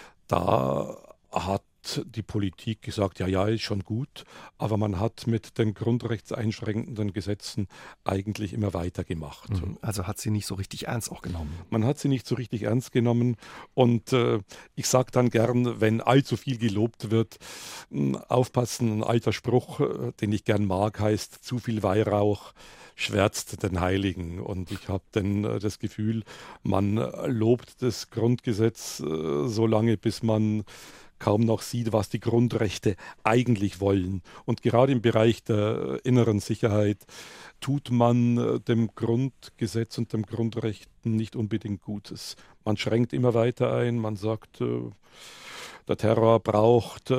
S3: Da hat die Politik gesagt, ja, ist schon gut, aber man hat mit den grundrechtseinschränkenden Gesetzen eigentlich immer weitergemacht.
S2: Also hat sie nicht so richtig ernst auch genommen.
S3: Man hat sie nicht so richtig ernst genommen und ich sage dann gern, wenn allzu viel gelobt wird, aufpassen, ein alter Spruch, den ich gern mag, heißt, zu viel Weihrauch schwärzt den Heiligen. Und ich habe dann das Gefühl, man lobt das Grundgesetz so lange, bis man kaum noch sieht, was die Grundrechte eigentlich wollen. Und gerade im Bereich der inneren Sicherheit tut man dem Grundgesetz und dem Grundrechten nicht unbedingt Gutes. Man schränkt immer weiter ein, man sagt, der Terror braucht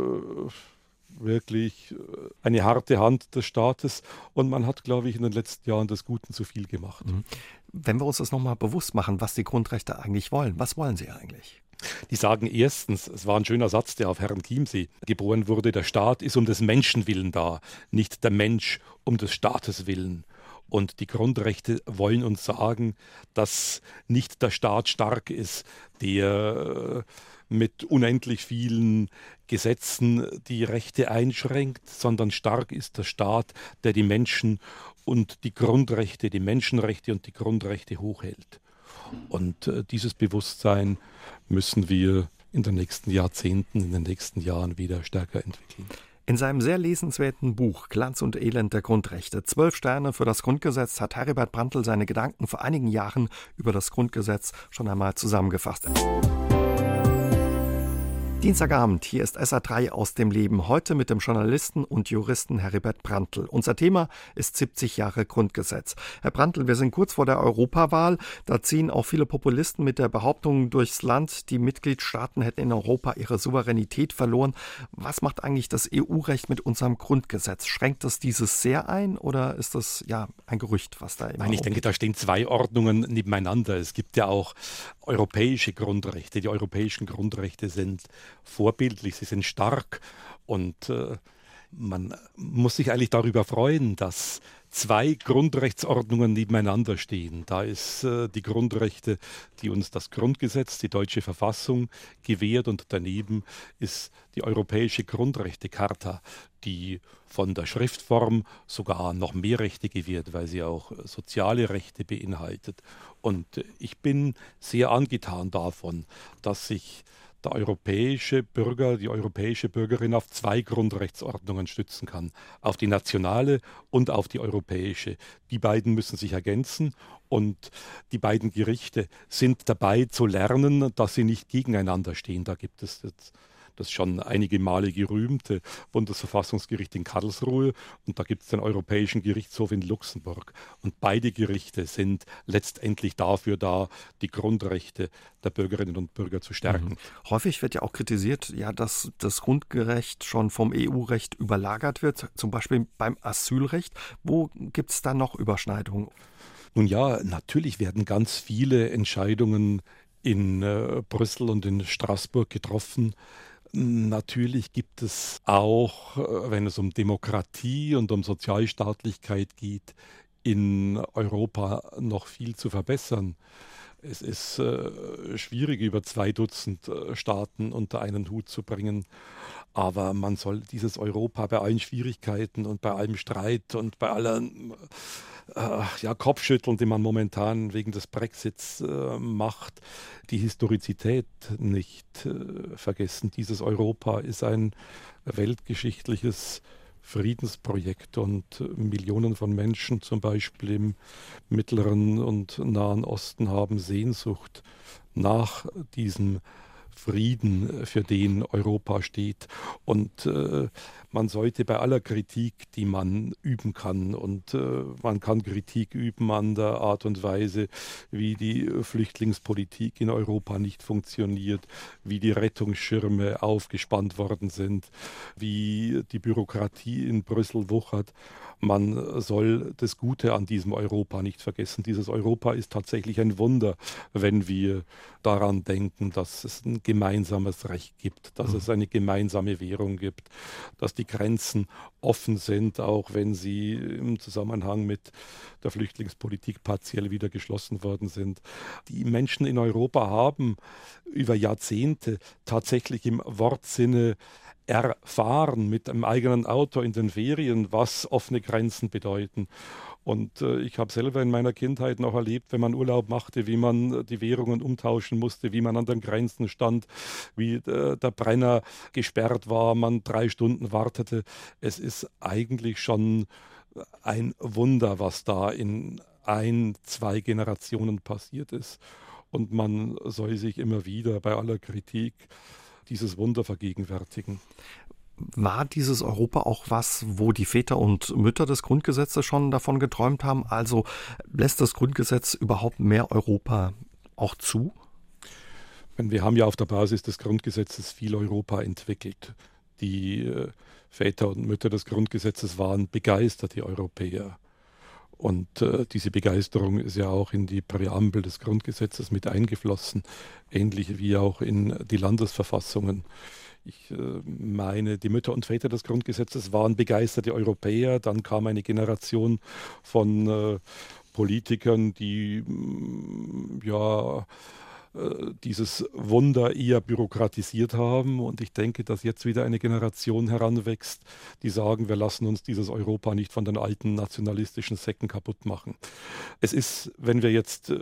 S3: wirklich eine harte Hand des Staates und man hat, glaube ich, in den letzten Jahren des Guten zu viel gemacht.
S2: Wenn wir uns das nochmal bewusst machen, was die Grundrechte eigentlich wollen, was wollen sie eigentlich?
S3: Die sagen erstens, es war ein schöner Satz, der auf Herrn Chiemsee geboren wurde, der Staat ist um des Menschen willen da, nicht der Mensch um des Staates willen. Und die Grundrechte wollen uns sagen, dass nicht der Staat stark ist, der mit unendlich vielen Gesetzen die Rechte einschränkt, sondern stark ist der Staat, der die Menschen und die Grundrechte, die Menschenrechte und die Grundrechte hochhält. Und dieses Bewusstsein müssen wir in den nächsten Jahrzehnten, in den nächsten Jahren wieder stärker entwickeln.
S2: In seinem sehr lesenswerten Buch Glanz und Elend der Grundrechte, 12 Sterne für das Grundgesetz, hat Heribert Prantl seine Gedanken vor einigen Jahren über das Grundgesetz schon einmal zusammengefasst. Dienstagabend, hier ist SA3 aus dem Leben, heute mit dem Journalisten und Juristen Heribert Prantl. Unser Thema ist 70 Jahre Grundgesetz. Herr Prantl, wir sind kurz vor der Europawahl. Da ziehen auch viele Populisten mit der Behauptung durchs Land, die Mitgliedstaaten hätten in Europa ihre Souveränität verloren. Was macht eigentlich das EU-Recht mit unserem Grundgesetz? Schränkt das dieses sehr ein oder ist das ein Gerücht, was da immer
S3: Nein, ich denke, da stehen zwei Ordnungen nebeneinander. Es gibt ja auch europäische Grundrechte. Die europäischen Grundrechte sind vorbildlich, sie sind stark und man muss sich eigentlich darüber freuen, dass zwei Grundrechtsordnungen nebeneinander stehen. Da ist die Grundrechte, die uns das Grundgesetz, die deutsche Verfassung gewährt, und daneben ist die Europäische Grundrechtecharta, die von der Schriftform sogar noch mehr Rechte gewährt, weil sie auch soziale Rechte beinhaltet. Und ich bin sehr angetan davon, dass sich der europäische Bürger, die europäische Bürgerin auf zwei Grundrechtsordnungen stützen kann, auf die nationale und auf die europäische. Die beiden müssen sich ergänzen und die beiden Gerichte sind dabei zu lernen, dass sie nicht gegeneinander stehen. Da gibt es jetzt das schon einige Male gerühmte Bundesverfassungsgericht in Karlsruhe und da gibt es den Europäischen Gerichtshof in Luxemburg. Und beide Gerichte sind letztendlich dafür da, die Grundrechte der Bürgerinnen und Bürger zu stärken.
S2: Häufig wird ja auch kritisiert, dass das Grundrecht schon vom EU-Recht überlagert wird, zum Beispiel beim Asylrecht. Wo gibt es da noch Überschneidungen?
S3: Nun ja, natürlich werden ganz viele Entscheidungen in Brüssel und in Straßburg getroffen. Natürlich gibt es auch, wenn es um Demokratie und um Sozialstaatlichkeit geht, in Europa noch viel zu verbessern. Es ist schwierig, über 2 Dutzend Staaten unter einen Hut zu bringen. Aber man soll dieses Europa bei allen Schwierigkeiten und bei allem Streit und bei allen Kopfschütteln, die man momentan wegen des Brexits macht, die Historizität nicht vergessen. Dieses Europa ist ein weltgeschichtliches Friedensprojekt und Millionen von Menschen, zum Beispiel im Mittleren und Nahen Osten, haben Sehnsucht nach diesem Frieden, für den Europa steht. Und man sollte bei aller Kritik, die man üben kann, und man kann Kritik üben an der Art und Weise, wie die Flüchtlingspolitik in Europa nicht funktioniert, wie die Rettungsschirme aufgespannt worden sind, wie die Bürokratie in Brüssel wuchert. Man soll das Gute an diesem Europa nicht vergessen. Dieses Europa ist tatsächlich ein Wunder, wenn wir daran denken, dass es ein gemeinsames Recht gibt, dass es eine gemeinsame Währung gibt, dass die Grenzen offen sind, auch wenn sie im Zusammenhang mit der Flüchtlingspolitik partiell wieder geschlossen worden sind. Die Menschen in Europa haben über Jahrzehnte tatsächlich im Wortsinne erfahren mit einem eigenen Auto in den Ferien, was offene Grenzen bedeuten. Und ich habe selber in meiner Kindheit noch erlebt, wenn man Urlaub machte, wie man die Währungen umtauschen musste, wie man an den Grenzen stand, wie der Brenner gesperrt war, man 3 Stunden wartete. Es ist eigentlich schon ein Wunder, was da in 1, 2 Generationen passiert ist. Und man soll sich immer wieder bei aller Kritik dieses Wunder vergegenwärtigen.
S2: War dieses Europa auch was, wo die Väter und Mütter des Grundgesetzes schon davon geträumt haben? Also lässt das Grundgesetz überhaupt mehr Europa auch zu?
S3: Wir haben ja auf der Basis des Grundgesetzes viel Europa entwickelt. Die Väter und Mütter des Grundgesetzes waren begeisterte Europäer. Und diese Begeisterung ist ja auch in die Präambel des Grundgesetzes mit eingeflossen, ähnlich wie auch in die Landesverfassungen. Ich meine, die Mütter und Väter des Grundgesetzes waren begeisterte Europäer. Dann kam eine Generation von Politikern, die dieses Wunder eher bürokratisiert haben. Und ich denke, dass jetzt wieder eine Generation heranwächst, die sagen, wir lassen uns dieses Europa nicht von den alten nationalistischen Säcken kaputt machen. Es ist, wenn wir jetzt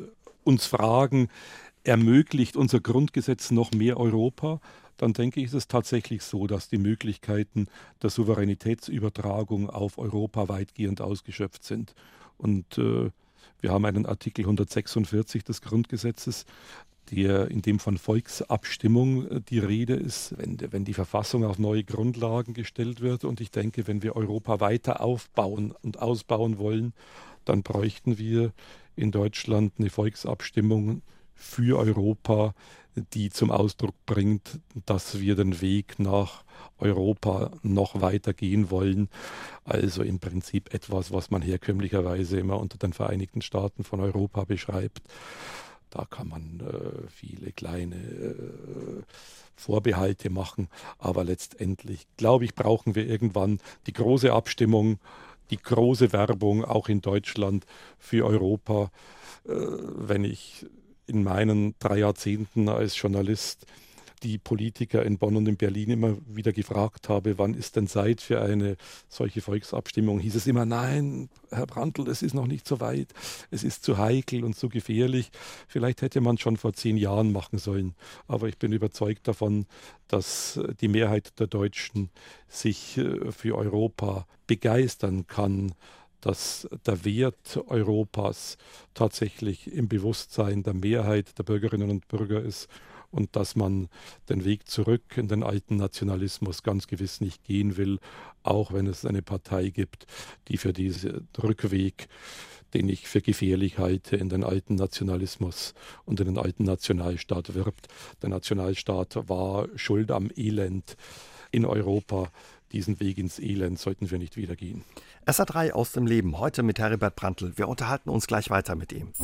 S3: uns fragen, ermöglicht unser Grundgesetz noch mehr Europa? Dann denke ich, ist es tatsächlich so, dass die Möglichkeiten der Souveränitätsübertragung auf Europa weitgehend ausgeschöpft sind. Und wir haben einen Artikel 146 des Grundgesetzes, in dem von Volksabstimmung die Rede ist, wenn die Verfassung auf neue Grundlagen gestellt wird. Und ich denke, wenn wir Europa weiter aufbauen und ausbauen wollen, dann bräuchten wir in Deutschland eine Volksabstimmung für Europa, die zum Ausdruck bringt, dass wir den Weg nach Europa noch weiter gehen wollen. Also im Prinzip etwas, was man herkömmlicherweise immer unter den Vereinigten Staaten von Europa beschreibt. Da kann man viele kleine Vorbehalte machen, aber letztendlich, glaube ich, brauchen wir irgendwann die große Abstimmung, die große Werbung auch in Deutschland für Europa. Wenn ich in meinen 3 Jahrzehnten als Journalist die Politiker in Bonn und in Berlin immer wieder gefragt habe, wann ist denn Zeit für eine solche Volksabstimmung, hieß es immer, nein, Herr Brandl, es ist noch nicht so weit, es ist zu heikel und zu gefährlich. Vielleicht hätte man schon vor 10 Jahren machen sollen. Aber ich bin überzeugt davon, dass die Mehrheit der Deutschen sich für Europa begeistern kann, dass der Wert Europas tatsächlich im Bewusstsein der Mehrheit der Bürgerinnen und Bürger ist und dass man den Weg zurück in den alten Nationalismus ganz gewiss nicht gehen will, auch wenn es eine Partei gibt, die für diesen Rückweg, den ich für gefährlich halte, in den alten Nationalismus und in den alten Nationalstaat wirbt. Der Nationalstaat war schuld am Elend in Europa. Diesen Weg ins Elend sollten wir nicht wieder gehen.
S2: SA3 aus dem Leben, heute mit Heribert Brandl. Wir unterhalten uns gleich weiter mit ihm.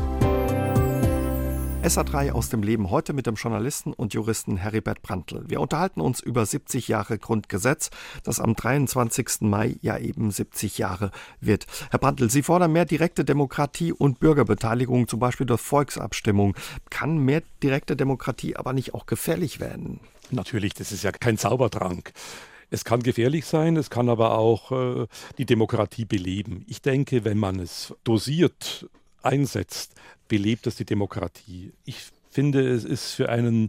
S2: SA3 aus dem Leben, heute mit dem Journalisten und Juristen Heribert Brandl. Wir unterhalten uns über 70 Jahre Grundgesetz, das am 23. Mai ja eben 70 Jahre wird. Herr Brandl, Sie fordern mehr direkte Demokratie und Bürgerbeteiligung, zum Beispiel durch Volksabstimmung. Kann mehr direkte Demokratie aber nicht auch gefährlich werden?
S3: Natürlich, das ist ja kein Zaubertrank. Es kann gefährlich sein, es kann aber auch die Demokratie beleben. Ich denke, wenn man es dosiert einsetzt, belebt es die Demokratie. Ich finde, es ist für einen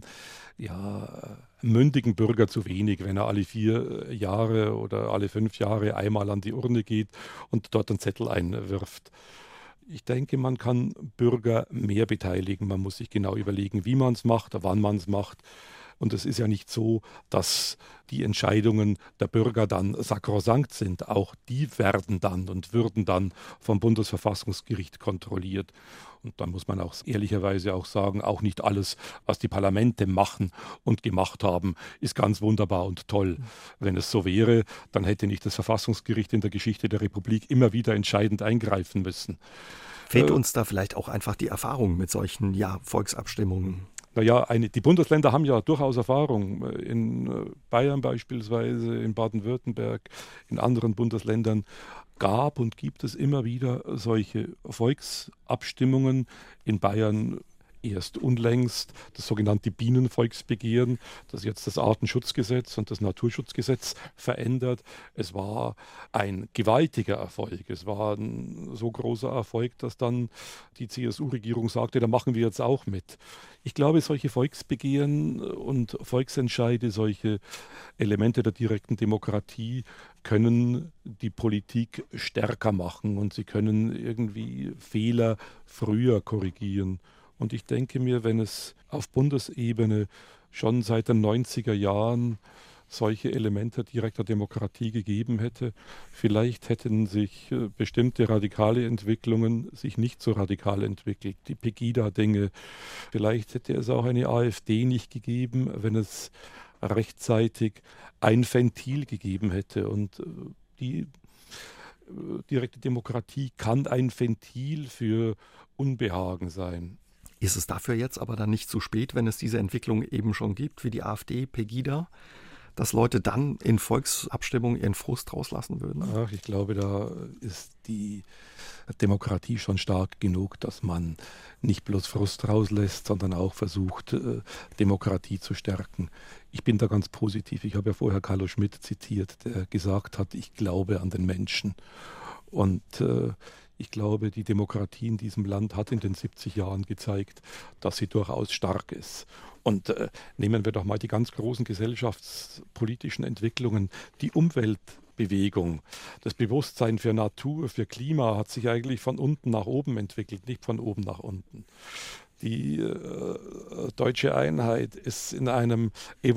S3: mündigen Bürger zu wenig, wenn er alle 4 Jahre oder alle 5 Jahre einmal an die Urne geht und dort einen Zettel einwirft. Ich denke, man kann Bürger mehr beteiligen. Man muss sich genau überlegen, wie man es macht, wann man es macht. Und es ist ja nicht so, dass die Entscheidungen der Bürger dann sakrosankt sind. Auch die werden dann und würden dann vom Bundesverfassungsgericht kontrolliert. Und dann muss man auch ehrlicherweise auch sagen, auch nicht alles, was die Parlamente machen und gemacht haben, ist ganz wunderbar und toll. Wenn es so wäre, dann hätte nicht das Verfassungsgericht in der Geschichte der Republik immer wieder entscheidend eingreifen müssen.
S2: Fehlt uns da vielleicht auch einfach die Erfahrung mit solchen Volksabstimmungen?
S3: Naja, die Bundesländer haben ja durchaus Erfahrung. In Bayern beispielsweise, in Baden-Württemberg, in anderen Bundesländern gab und gibt es immer wieder solche Volksabstimmungen. In Bayern erst unlängst das sogenannte Bienenvolksbegehren, das jetzt das Artenschutzgesetz und das Naturschutzgesetz verändert. Es war ein gewaltiger Erfolg. Es war ein so großer Erfolg, dass dann die CSU-Regierung sagte, da machen wir jetzt auch mit. Ich glaube, solche Volksbegehren und Volksentscheide, solche Elemente der direkten Demokratie können die Politik stärker machen und sie können irgendwie Fehler früher korrigieren. Und ich denke mir, wenn es auf Bundesebene schon seit den 90er Jahren solche Elemente direkter Demokratie gegeben hätte, vielleicht hätten sich bestimmte radikale Entwicklungen sich nicht so radikal entwickelt. Die Pegida-Dinge, vielleicht hätte es auch eine AfD nicht gegeben, wenn es rechtzeitig ein Ventil gegeben hätte. Und die direkte Demokratie kann ein Ventil für Unbehagen sein.
S2: Ist es dafür jetzt aber dann nicht zu spät, wenn es diese Entwicklung eben schon gibt, wie die AfD, Pegida, dass Leute dann in Volksabstimmung ihren Frust rauslassen würden?
S3: Ach, ich glaube, da ist die Demokratie schon stark genug, dass man nicht bloß Frust rauslässt, sondern auch versucht, Demokratie zu stärken. Ich bin da ganz positiv. Ich habe ja vorher Carlo Schmitt zitiert, der gesagt hat, ich glaube an den Menschen. Und Ich glaube, die Demokratie in diesem Land hat in den 70 Jahren gezeigt, dass sie durchaus stark ist. Und nehmen wir doch mal die ganz großen gesellschaftspolitischen Entwicklungen, die Umweltbewegung, das Bewusstsein für Natur, für Klima hat sich eigentlich von unten nach oben entwickelt, nicht von oben nach unten. Die deutsche Einheit ist in einem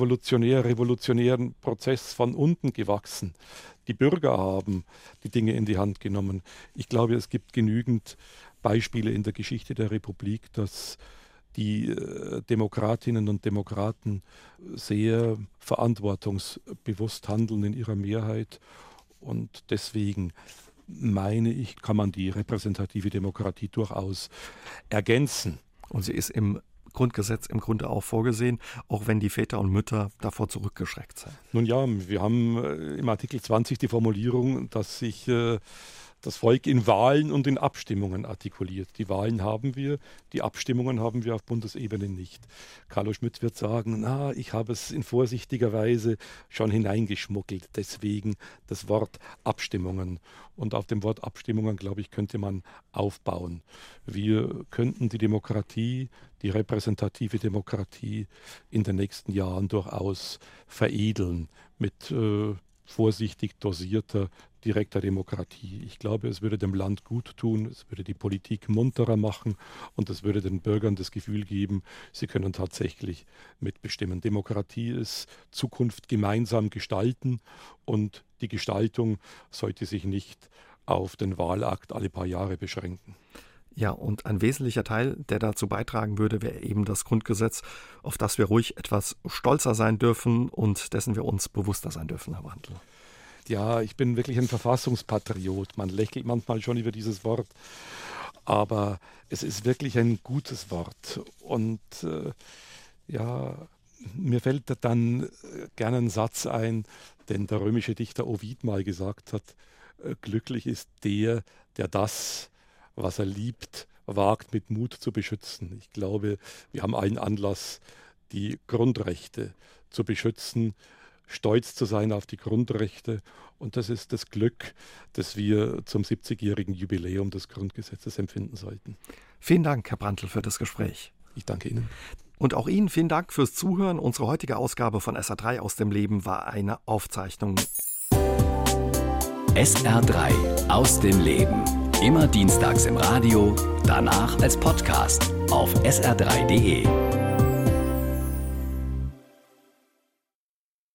S3: revolutionären Prozess von unten gewachsen. Die Bürger haben die Dinge in die Hand genommen. Ich glaube, es gibt genügend Beispiele in der Geschichte der Republik, dass die Demokratinnen und Demokraten sehr verantwortungsbewusst handeln in ihrer Mehrheit. Und deswegen meine ich, kann man die repräsentative Demokratie durchaus ergänzen.
S2: Und sie ist im Grundgesetz im Grunde auch vorgesehen, auch wenn die Väter und Mütter davor zurückgeschreckt sind.
S3: Nun ja, wir haben im Artikel 20 die Formulierung, dass sich das Volk in Wahlen und in Abstimmungen artikuliert. Die Wahlen haben wir, die Abstimmungen haben wir auf Bundesebene nicht. Carlo Schmitt wird sagen, ich habe es in vorsichtiger Weise schon hineingeschmuggelt, deswegen das Wort Abstimmungen. Und auf dem Wort Abstimmungen, glaube ich, könnte man aufbauen. Wir könnten die Demokratie, die repräsentative Demokratie in den nächsten Jahren durchaus veredeln mit vorsichtig dosierter, direkter Demokratie. Ich glaube, es würde dem Land gut tun, es würde die Politik munterer machen und es würde den Bürgern das Gefühl geben, sie können tatsächlich mitbestimmen. Demokratie ist Zukunft gemeinsam gestalten und die Gestaltung sollte sich nicht auf den Wahlakt alle paar Jahre beschränken.
S2: Ja, und ein wesentlicher Teil, der dazu beitragen würde, wäre eben das Grundgesetz, auf das wir ruhig etwas stolzer sein dürfen und dessen wir uns bewusster sein dürfen, Herr Brandl.
S3: Ja, ich bin wirklich ein Verfassungspatriot. Man lächelt manchmal schon über dieses Wort, aber es ist wirklich ein gutes Wort. Und mir fällt dann gerne ein Satz ein, den der römische Dichter Ovid mal gesagt hat: Glücklich ist der das, was er liebt, wagt mit Mut zu beschützen. Ich glaube, wir haben allen Anlass, die Grundrechte zu beschützen, stolz zu sein auf die Grundrechte. Und das ist das Glück, das wir zum 70-jährigen Jubiläum des Grundgesetzes empfinden sollten.
S2: Vielen Dank, Herr Brandl, für das Gespräch.
S3: Ich danke Ihnen.
S2: Und auch Ihnen vielen Dank fürs Zuhören. Unsere heutige Ausgabe von SR3 aus dem Leben war eine Aufzeichnung.
S1: SR3 aus dem Leben. Immer dienstags im Radio, danach als Podcast auf sr3.de.